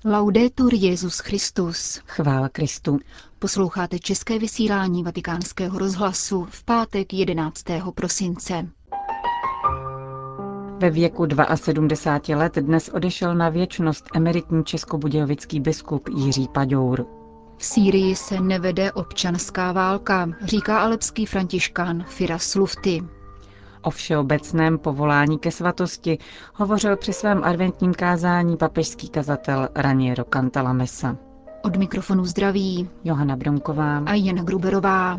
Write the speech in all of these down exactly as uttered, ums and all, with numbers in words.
Laudetur Jesus Christus. Chvála Kristu. Posloucháte české vysílání Vatikánského rozhlasu v pátek jedenáctého prosince. Ve věku sedmdesáti dvou let dnes odešel na věčnost emeritní českobudějovický biskup Jiří Paďour. V Sýrii se nevede občanská válka, říká alepský františkán Firas Lufti. O všeobecném povolání ke svatosti hovořil při svém adventním kázání papežský kazatel Raniero Cantalamessa. Od mikrofonu zdraví Johana Bronková a Jana Gruberová.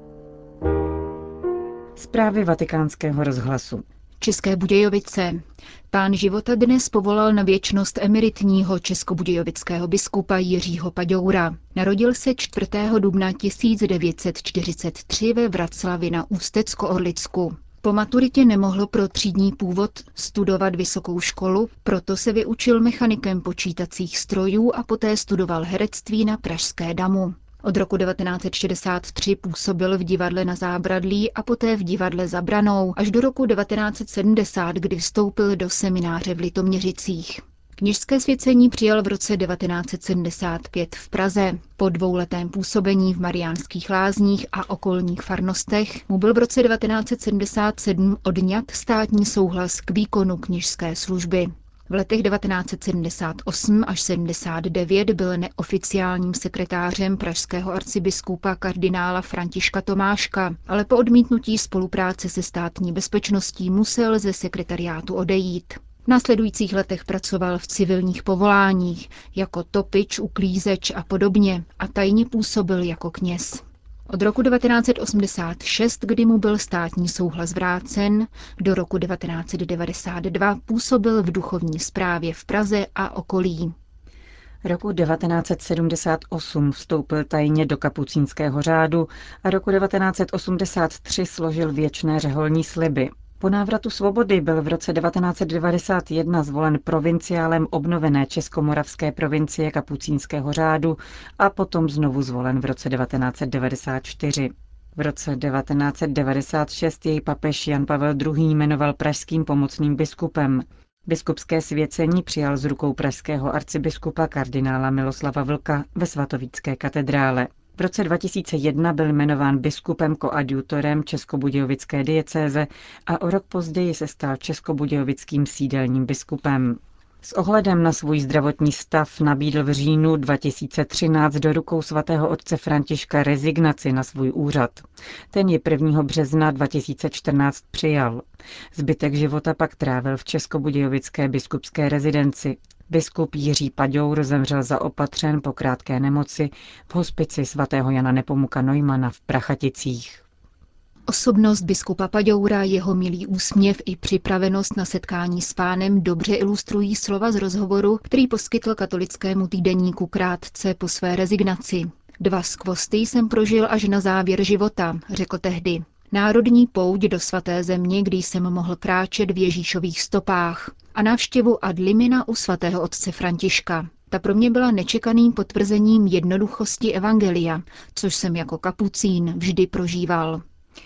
Zprávy Vatikánského rozhlasu. České Budějovice. Pán života dnes povolal na věčnost emeritního českobudějovického biskupa Jiřího Paďoura. Narodil se čtvrtého dubna tisíc devět set čtyřicet tři ve Vraclavi na Ústecko-Orlicku. Po maturitě nemohl pro třídní původ studovat vysokou školu, proto se vyučil mechanikem počítacích strojů a poté studoval herectví na Pražské Damu. Od roku devatenáct set šedesát tři působil v divadle Na Zábradlí a poté v divadle Za Branou až do roku devatenáct set sedmdesát, kdy vstoupil do semináře v Litoměřicích. Kněžské svěcení přijal v roce devatenáct set sedmdesát pět v Praze. Po dvouletém působení v Mariánských Lázních a okolních farnostech mu byl v roce devatenáct set sedmdesát sedm odňat státní souhlas k výkonu kněžské služby. V letech devatenáct set sedmdesát osm až sedmdesát devět byl neoficiálním sekretářem pražského arcibiskupa kardinála Františka Tomáška, ale po odmítnutí spolupráce se státní bezpečností musel ze sekretariátu odejít. V následujících letech pracoval v civilních povoláních, jako topič, uklízeč a podobně, a tajně působil jako kněz. Od roku devatenáct set osmdesát šest, kdy mu byl státní souhlas vrácen, do roku devatenáct set devadesát dva působil v duchovní správě v Praze a okolí. Roku devatenáct set sedmdesát osm vstoupil tajně do kapucínského řádu a roku devatenáct set osmdesát tři složil věčné řeholní sliby. Po návratu svobody byl v roce devatenáct set devadesát jedna zvolen provinciálem obnovené českomoravské provincie kapucínského řádu a potom znovu zvolen v roce devatenáct set devadesát čtyři. V roce devatenáct set devadesát šest jej papež Jan Pavel druhý. Jmenoval pražským pomocným biskupem. Biskupské svěcení přijal z rukou pražského arcibiskupa kardinála Miloslava Vlka ve svatovícké katedrále. V roce dva tisíce jedna byl jmenován biskupem koadjutorem českobudějovické diecéze a o rok později se stal českobudějovickým sídelním biskupem. S ohledem na svůj zdravotní stav nabídl v říjnu dva tisíce třináct do rukou svatého otce Františka rezignaci na svůj úřad. Ten ji prvního března dva tisíce čtrnáct přijal. Zbytek života pak trávil v českobudějovické biskupské rezidenci. Biskup Jiří Paďour zemřel zaopatřen po krátké nemoci v hospici svatého Jana Nepomuka Neumana v Prachaticích. Osobnost biskupa Paďoura, jeho milý úsměv i připravenost na setkání s Pánem dobře ilustrují slova z rozhovoru, který poskytl katolickému týdeníku krátce po své rezignaci. Dva skvosty jsem prožil až na závěr života, řekl tehdy. Národní pouť do svaté země, kdy jsem mohl kráčet v Ježíšových stopách, a návštěvu ad limina u svatého otce Františka. Ta pro mě byla nečekaným potvrzením jednoduchosti evangelia, což jsem jako kapucín vždy prožíval.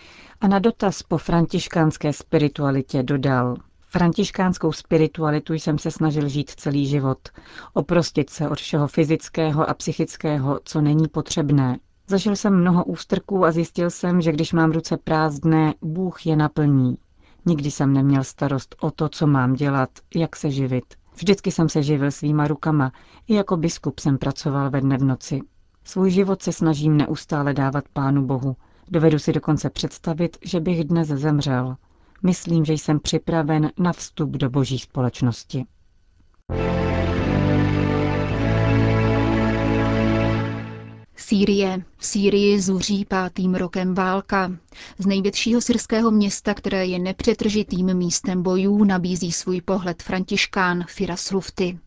A na dotaz po františkánské spiritualitě dodal: Františkánskou spiritualitu jsem se snažil žít celý život. Oprostit se od všeho fyzického a psychického, co není potřebné. Zažil jsem mnoho ústrků a zjistil jsem, že když mám ruce prázdné, Bůh je naplní. Nikdy jsem neměl starost o to, co mám dělat, jak se živit. Vždycky jsem se živil svýma rukama, i jako biskup jsem pracoval ve dne v noci. Svůj život se snažím neustále dávat Pánu Bohu. Dovedu si dokonce představit, že bych dnes zemřel. Myslím, že jsem připraven na vstup do boží společnosti. Sýrie. V Sýrii zuří pátým rokem válka. Z největšího syrského města, které je nepřetržitým místem bojů, nabízí svůj pohled františkán Firas Lufti.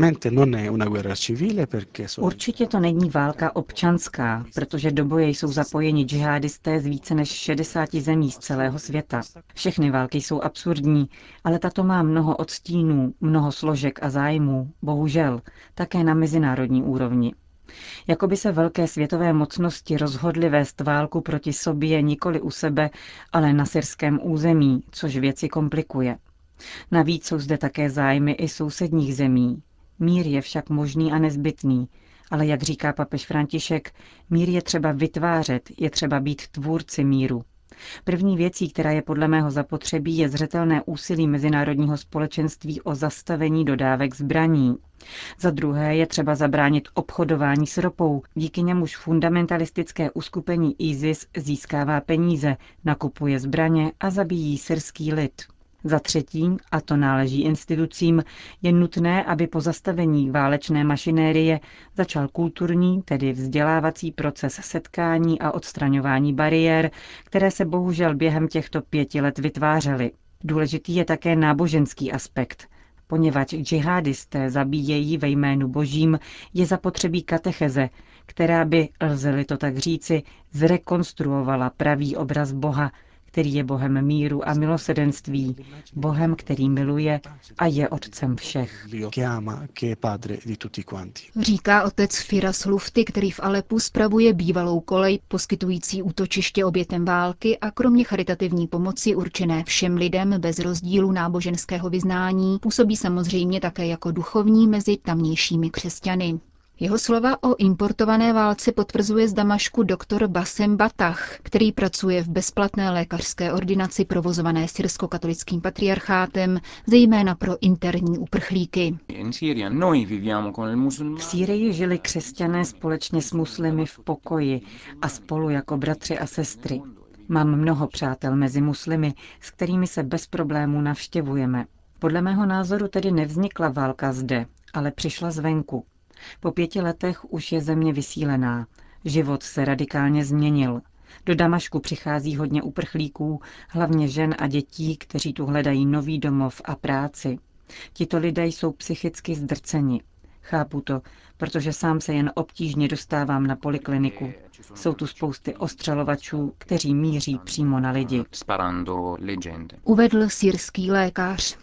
Určitě to není válka občanská, protože do boje jsou zapojeni džihadisté z více než šedesáti zemí z celého světa. Všechny války jsou absurdní, ale tato má mnoho odstínů, mnoho složek a zájmů, bohužel, také na mezinárodní úrovni. Jakoby se velké světové mocnosti rozhodly vést válku proti sobě nikoli u sebe, ale na syrském území, což věci komplikuje. Navíc jsou zde také zájmy i sousedních zemí. Mír je však možný a nezbytný, ale jak říká papež František, mír je třeba vytvářet, je třeba být tvůrci míru. První věcí, která je podle mého zapotřebí, je zřetelné úsilí mezinárodního společenství o zastavení dodávek zbraní. Za druhé je třeba zabránit obchodování s ropou, díky němuž fundamentalistické uskupení ISIS získává peníze, nakupuje zbraně a zabíjí syrský lid. Za třetí, a to náleží institucím, je nutné, aby po zastavení válečné mašinérie začal kulturní, tedy vzdělávací proces setkání a odstraňování bariér, které se bohužel během těchto pěti let vytvářely. Důležitý je také náboženský aspekt. Poněvadž džihadisté zabíjejí ve jménu božím, je zapotřebí katecheze, která by, lze-li to tak říci, zrekonstruovala pravý obraz Boha, který je Bohem míru a milosrdenství, Bohem, který miluje a je otcem všech. Říká otec Firas Lufty, který v Alepu spravuje bývalou kolej, poskytující útočiště obětem války a kromě charitativní pomoci určené všem lidem bez rozdílu náboženského vyznání, působí samozřejmě také jako duchovní mezi tamnějšími křesťany. Jeho slova o importované válce potvrzuje z Damašku doktor Bassem Batach, který pracuje v bezplatné lékařské ordinaci provozované syrsko-katolickým patriarchátem, zejména pro interní uprchlíky. V Sýrii žili křesťané společně s muslimy v pokoji a spolu jako bratři a sestry. Mám mnoho přátel mezi muslimy, s kterými se bez problémů navštěvujeme. Podle mého názoru tedy nevznikla válka zde, ale přišla zvenku. Po pěti letech už je země vysílená. Život se radikálně změnil. Do Damašku přichází hodně uprchlíků, hlavně žen a dětí, kteří tu hledají nový domov a práci. Tito lidé jsou psychicky zdrceni. Chápu to, protože sám se jen obtížně dostávám na polikliniku. Jsou tu spousty ostřelovačů, kteří míří přímo na lidi. Uvedl syrský lékař.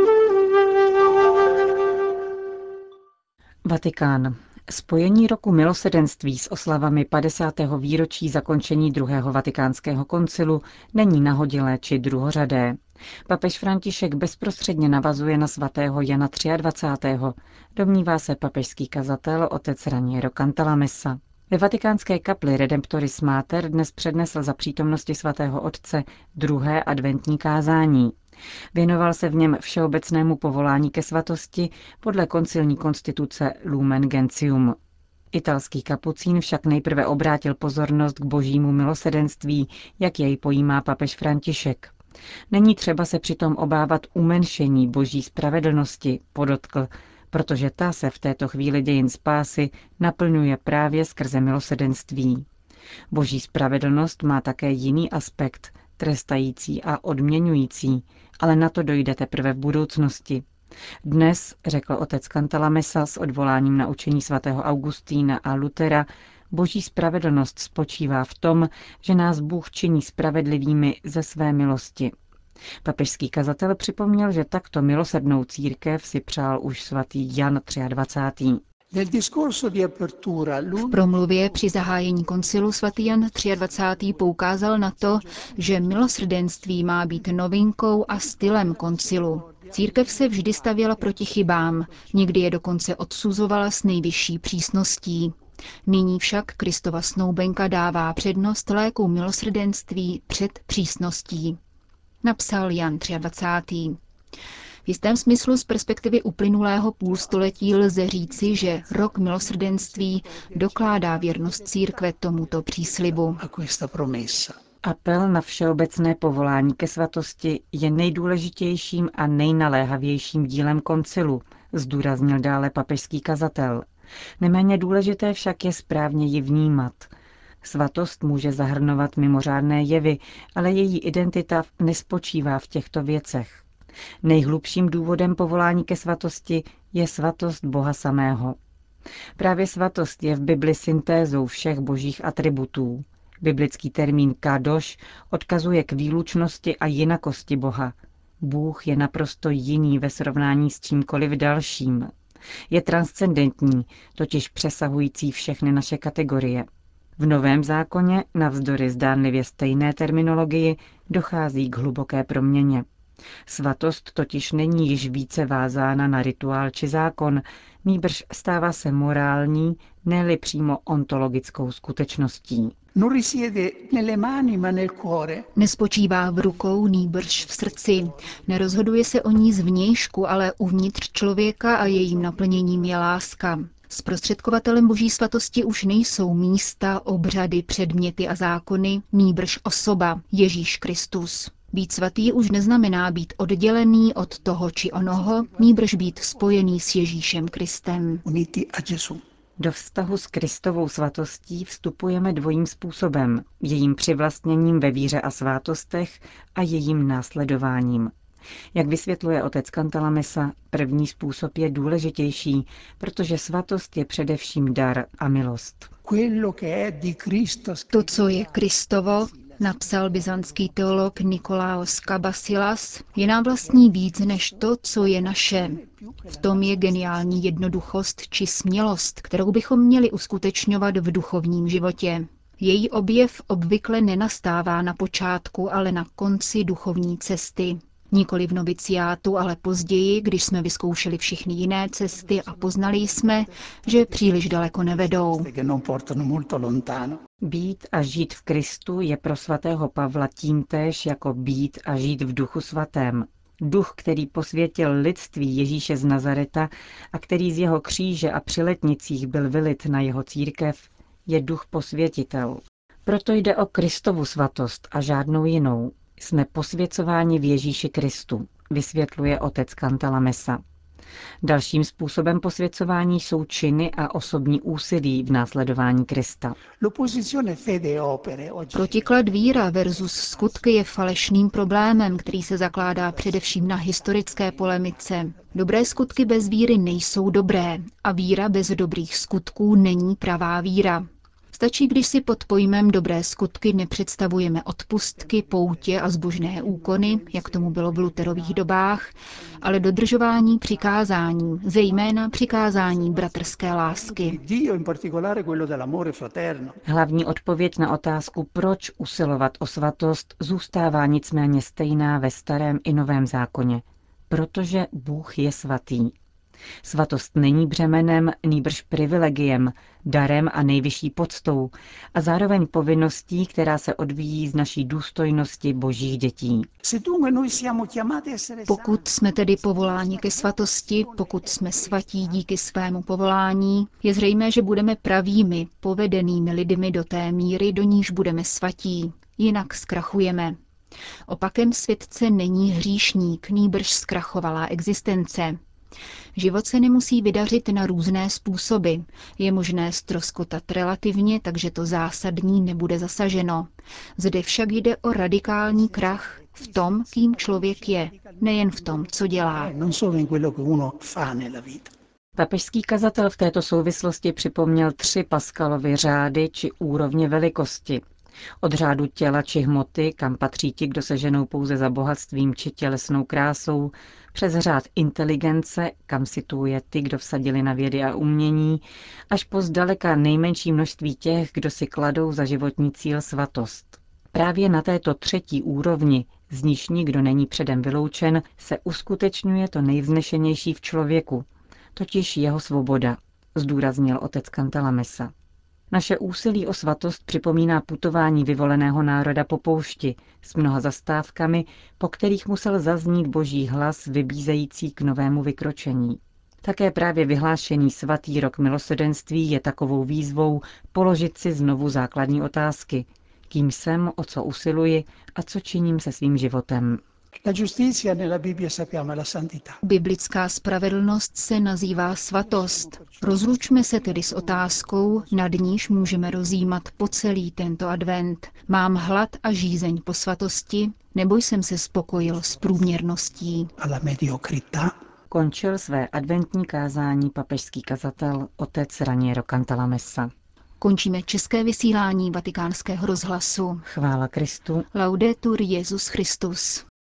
Vatikán. Spojení roku milosrdenství s oslavami padesátého výročí zakončení druhého vatikánského koncilu není nahodilé či druhořadé. Papež František bezprostředně navazuje na svatého Jana dvacátého třetího Domnívá se papežský kazatel otec Raniero Cantalamessa. Ve vatikánské kapli Redemptoris Mater dnes přednesl za přítomnosti svatého otce druhé adventní kázání. Věnoval se v něm všeobecnému povolání ke svatosti podle koncilní konstituce Lumen Gentium. Italský kapucín však nejprve obrátil pozornost k božímu milosrdenství, jak jej pojímá papež František. Není třeba se přitom obávat umenšení boží spravedlnosti, podotkl, protože ta se v této chvíli dějin spásy naplňuje právě skrze milosrdenství. Boží spravedlnost má také jiný aspekt, trestající a odměňující, ale na to dojde teprve v budoucnosti. Dnes, řekl otec Cantalamessa s odvoláním na učení svatého Augustína a Lutera, boží spravedlnost spočívá v tom, že nás Bůh činí spravedlivými ze své milosti. Papežský kazatel připomněl, že takto milosrdnou církev si přál už svatý Jan dvacátý třetí V promluvě při zahájení koncilu svatý Jan dvacátý třetí poukázal na to, že milosrdenství má být novinkou a stylem koncilu. Církev se vždy stavěla proti chybám, někdy je dokonce odsuzovala s nejvyšší přísností. Nyní však Kristova snoubenka dává přednost léku milosrdenství před přísností. Napsal Jan dvacátý třetí V jistém smyslu z perspektivy uplynulého půlstoletí lze říci, že rok milosrdenství dokládá věrnost církve tomuto příslibu. Apel na všeobecné povolání ke svatosti je nejdůležitějším a nejnaléhavějším dílem koncilu, zdůraznil dále papežský kazatel. Neméně důležité však je správně ji vnímat. Svatost může zahrnovat mimořádné jevy, ale její identita nespočívá v těchto věcech. Nejhlubším důvodem povolání ke svatosti je svatost Boha samého. Právě svatost je v Bibli syntézou všech božích atributů. Biblický termín kadoš odkazuje k výlučnosti a jinakosti Boha. Bůh je naprosto jiný ve srovnání s čímkoliv dalším. Je transcendentní, totiž přesahující všechny naše kategorie. V Novém zákoně, navzdory zdánlivě stejné terminologii, dochází k hluboké proměně. Svatost totiž není již více vázána na rituál či zákon, nýbrž stává se morální, ne-li přímo ontologickou skutečností. Nespočívá v rukou, nýbrž v srdci. Nerozhoduje se o ní zvnějšku, ale uvnitř člověka a jejím naplněním je láska. Zprostředkovatelem boží svatosti už nejsou místa, obřady, předměty a zákony, nýbrž osoba, Ježíš Kristus. Být svatý už neznamená být oddělený od toho či onoho, nýbrž být spojený s Ježíšem Kristem. Do vztahu s Kristovou svatostí vstupujeme dvojím způsobem, jejím přivlastněním ve víře a svátostech a jejím následováním. Jak vysvětluje otec Cantalamessa, první způsob je důležitější, protože svatost je především dar a milost. To, co je Kristovo, napsal byzantský teolog Nikolaos Kabasilas, je nám vlastní víc než to, co je naše. V tom je geniální jednoduchost či smělost, kterou bychom měli uskutečňovat v duchovním životě. Její objev obvykle nenastává na počátku, ale na konci duchovní cesty. Nikoli v noviciátu, ale později, když jsme vyzkoušeli všechny jiné cesty a poznali jsme, že příliš daleko nevedou. Být a žít v Kristu je pro svatého Pavla tímtéž jako být a žít v Duchu svatém. Duch, který posvětil lidství Ježíše z Nazareta a který z jeho kříže a při letnicích byl vylit na jeho církev, je duch posvětitel. Proto jde o Kristovu svatost a žádnou jinou. Jsme posvěcováni v Ježíši Kristu, vysvětluje otec Cantalamessa. Dalším způsobem posvěcování jsou činy a osobní úsilí v následování Krista. Protiklad víra versus skutky je falešným problémem, který se zakládá především na historické polemice. Dobré skutky bez víry nejsou dobré a víra bez dobrých skutků není pravá víra. Stačí, když si pod pojmem dobré skutky nepředstavujeme odpustky, poutě a zbožné úkony, jak tomu bylo v Luterových dobách, ale dodržování přikázání, zejména přikázání bratrské lásky. Hlavní odpověď na otázku, proč usilovat o svatost, zůstává nicméně stejná ve Starém i Novém zákoně. Protože Bůh je svatý. Svatost není břemenem, nýbrž privilegiem, darem a nejvyšší poctou a zároveň povinností, která se odvíjí z naší důstojnosti božích dětí. Pokud jsme tedy povoláni ke svatosti, pokud jsme svatí díky svému povolání, je zřejmé, že budeme pravými, povedenými lidmi do té míry, do níž budeme svatí, jinak zkrachujeme. Opakem světce není hříšník, nýbrž zkrachovalá existence. Život se nemusí vydařit na různé způsoby. Je možné ztroskotat relativně, takže to zásadní nebude zasaženo. Zde však jde o radikální krach v tom, kým člověk je, nejen v tom, co dělá. Papežský kazatel v této souvislosti připomněl tři Paskalovy řády či úrovně velikosti. Od řádu těla či hmoty, kam patří ti, kdo se ženou pouze za bohatstvím či tělesnou krásou, přes řád inteligence, kam situuje ty, kdo vsadili na vědy a umění, až po zdaleka nejmenší množství těch, kdo si kladou za životní cíl svatost. Právě na této třetí úrovni, z níž nikdo není předem vyloučen, se uskutečňuje to nejvznešenější v člověku, totiž jeho svoboda, zdůraznil otec Cantalamessa. Naše úsilí o svatost připomíná putování vyvoleného národa po poušti s mnoha zastávkami, po kterých musel zaznít boží hlas vybízející k novému vykročení. Také právě vyhlášený svatý rok milosrdenství je takovou výzvou položit si znovu základní otázky. Kým jsem, o co usiluji a co činím se svým životem. Biblická spravedlnost se nazývá svatost. Rozlučme se tedy s otázkou, nad níž můžeme rozjímat po celý tento advent. Mám hlad a žízeň po svatosti, nebo jsem se spokojil s průměrností? Končil své adventní kázání papežský kazatel otec Raniero Cantalamessa. Končíme české vysílání Vatikánského rozhlasu. Chvála Kristu. Laudetur Jesus Christus.